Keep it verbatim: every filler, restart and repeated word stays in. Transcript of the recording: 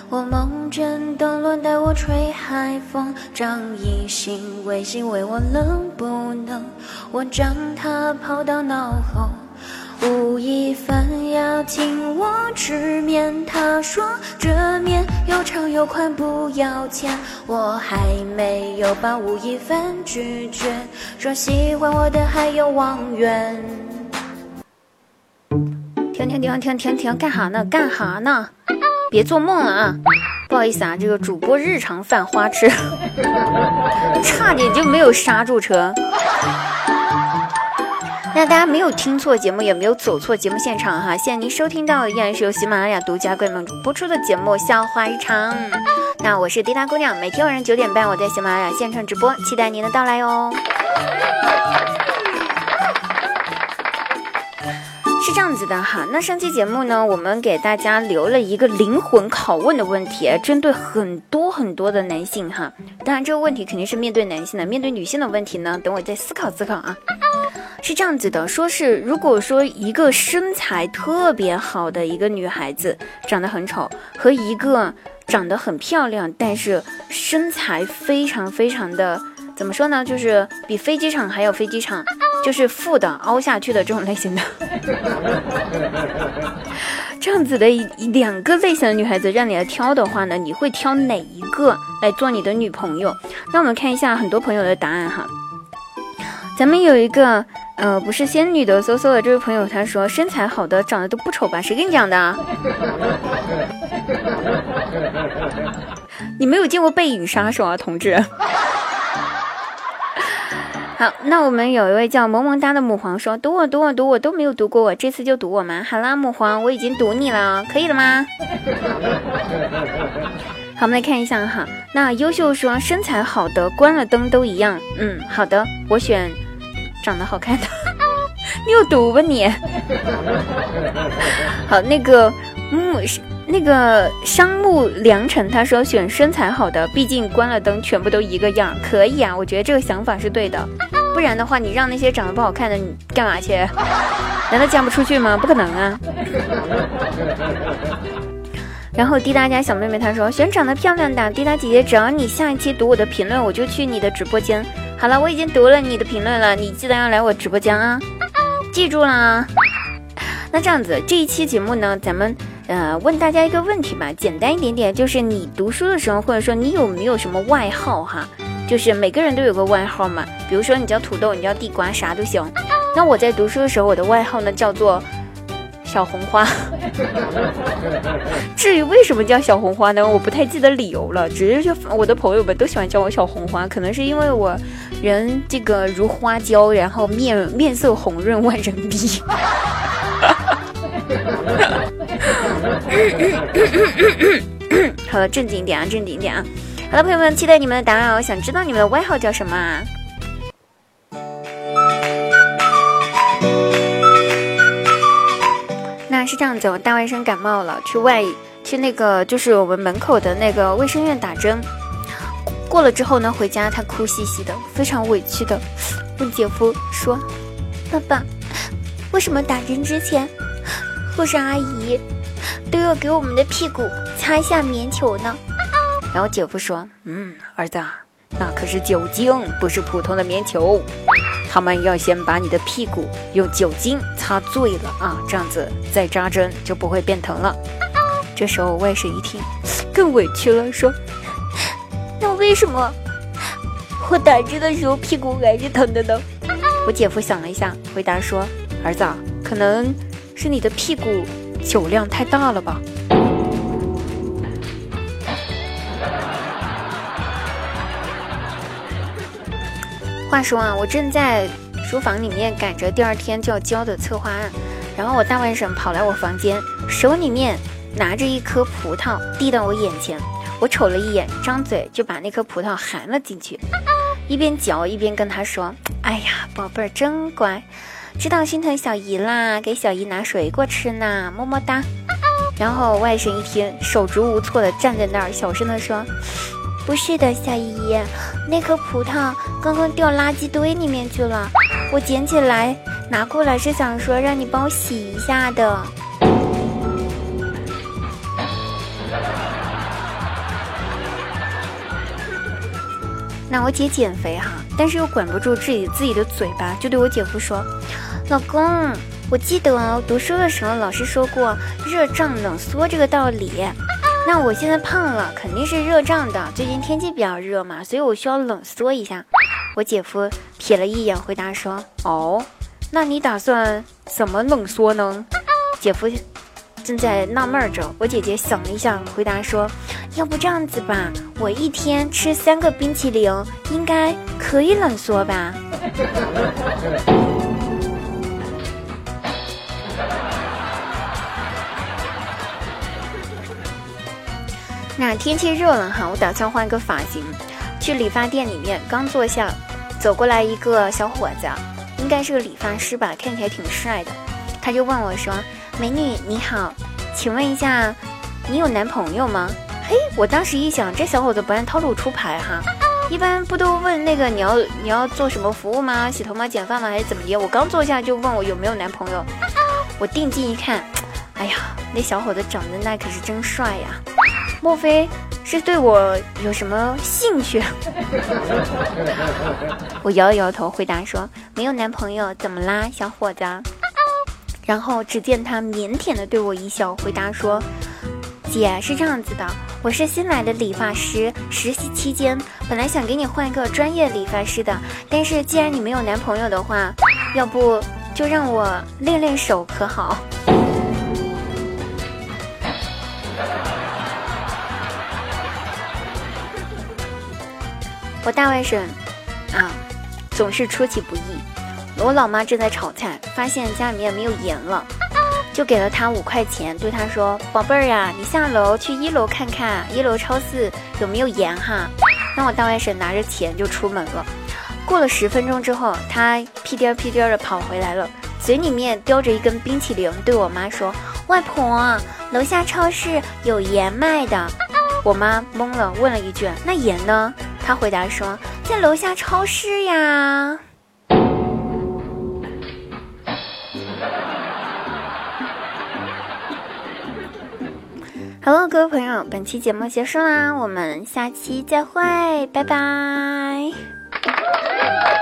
我梦见灯轮带我吹海风，张艺兴微信为我能不能，我将它抛到脑后。吴亦凡要请我吃面，他说这面又长又宽不要钱，我还没有把吴亦凡拒绝，说喜欢我的还有王源。停停停停停停，干哈呢？干哈呢？别做梦了啊！不好意思啊，这个主播日常犯花痴，差点就没有刹住车。那大家没有听错节目，也没有走错节目现场哈。现在您收听到的依然是由喜马拉雅独家冠名播出的节目《笑话日常》。那我是滴答姑娘，每天晚上九点半我在喜马拉雅现场直播，期待您的到来哦。是这样子的哈，那上期节目呢，我们给大家留了一个灵魂拷问的问题，针对很多很多的男性哈。当然这个问题肯定是面对男性的，面对女性的问题呢，等我再思考思考啊。是这样子的，说是如果说一个身材特别好的一个女孩子长得很丑，和一个长得很漂亮但是身材非常非常的怎么说呢，就是比飞机场还有飞机场，就是负的凹下去的这种类型的这样子的两个类型的女孩子让你来挑的话呢，你会挑哪一个来做你的女朋友？让我们看一下很多朋友的答案哈。咱们有一个呃不是仙女的搜搜的这位朋友，他说身材好的长得都不丑吧？谁跟你讲的？你没有见过背影杀手啊，同志。好，那我们有一位叫萌萌哒的母皇说，读我读我读我都没有读过我，这次就读我吗？好啦，母皇，我已经读你了，可以了吗？好，我们来看一下哈。那优秀说身材好的关了灯都一样。嗯，好的，我选长得好看的。你有毒吧你？好，那个木那个商木良辰他说选身材好的，毕竟关了灯全部都一个样。可以啊，我觉得这个想法是对的，不然的话你让那些长得不好看的你干嘛去？难道嫁不出去吗？不可能啊。然后滴答家小妹妹她说选长得漂亮的，滴答姐姐只要你下一期读我的评论，我就去你的直播间。好了，我已经读了你的评论了，你记得要来我直播间啊，记住啦。那这样子，这一期节目呢，咱们呃问大家一个问题吧，简单一点点，就是你读书的时候，或者说你有没有什么外号哈？就是每个人都有个外号嘛，比如说你叫土豆，你叫地瓜，啥都行。那我在读书的时候，我的外号呢叫做小红花。至于为什么叫小红花呢，我不太记得理由了，只是就我的朋友们都喜欢叫我小红花，可能是因为我人这个如花椒，然后面面色红润万人迷。好了，正经一点啊，正经一点啊。好了，朋友们，期待你们的答案，我想知道你们的外号叫什么啊？那是这样子，我大外甥感冒了，去外去那个就是我们门口的那个卫生院打针，过了之后呢，回家他哭兮兮的，非常委屈的问姐夫说：“爸爸，为什么打针之前护士阿姨都要给我们的屁股擦一下棉球呢？”然后姐夫说：“嗯，儿子，那可是酒精，不是普通的棉球。他们要先把你的屁股用酒精擦醉了啊，这样子再扎针就不会变疼了。”这时候我外甥一听更委屈了，说：“那为什么我打针的时候屁股还是疼的呢？”我姐夫想了一下，回答说：“儿子，可能是你的屁股酒量太大了吧。”话说啊，我正在书房里面赶着第二天就要交的策划案，然后我大外甥跑来我房间，手里面拿着一颗葡萄递到我眼前，我瞅了一眼，张嘴就把那颗葡萄含了进去，一边嚼一边跟他说：“哎呀，宝贝儿真乖，知道心疼小姨啦，给小姨拿水果吃呢，么么哒。”然后外甥一听，手足无措的站在那儿，小声的说：“不是的，小姨，那颗葡萄刚刚掉垃圾堆里面去了，我捡起来拿过来是想说让你帮我洗一下的。” 那我姐减肥哈，但是又管不住自己自己的嘴巴，就对我姐夫说：“老公，我记得读书的时候老师说过热胀冷缩这个道理。那我现在胖了，肯定是热胀的。最近天气比较热嘛，所以我需要冷缩一下。”我姐夫瞥了一眼，回答说：“哦，那你打算怎么冷缩呢？”姐夫正在纳闷着，我姐姐想了一下，回答说：“要不这样子吧，我一天吃三个冰淇淋，应该可以冷缩吧。”那天气热了哈，我打算换个发型。去理发店里面，刚坐下，走过来一个小伙子，应该是个理发师吧，看起来挺帅的。他就问我说：“美女你好，请问一下，你有男朋友吗？”嘿，我当时一想，这小伙子不按套路出牌哈，一般不都问那个你要你要做什么服务吗？洗头吗？剪发吗？还是怎么的？我刚坐下就问我有没有男朋友。我定睛一看，哎呀，那小伙子长得那可是真帅呀，莫非是对我有什么兴趣？我摇了摇头，回答说：“没有男朋友，怎么啦，小伙子？”然后只见他腼腆地对我一笑，回答说：“姐，是这样子的，我是新来的理发师，实习期间本来想给你换一个专业理发师的，但是既然你没有男朋友的话，要不就让我练练手可好？”我大外甥啊，总是出其不意。我老妈正在炒菜，发现家里面没有盐了，就给了她五块钱，对她说：“宝贝儿呀，你下楼去一楼看看，一楼超市有没有盐哈。”那我大外甥拿着钱就出门了。过了十分钟之后，他屁颠屁颠的跑回来了，嘴里面叼着一根冰淇淋，对我妈说：“外婆，楼下超市有盐卖的。”我妈懵了，问了一句：“那盐呢？”他回答说：“在楼下超市呀。” Hello， 各位朋友，本期节目结束啦，我们下期再会，拜拜。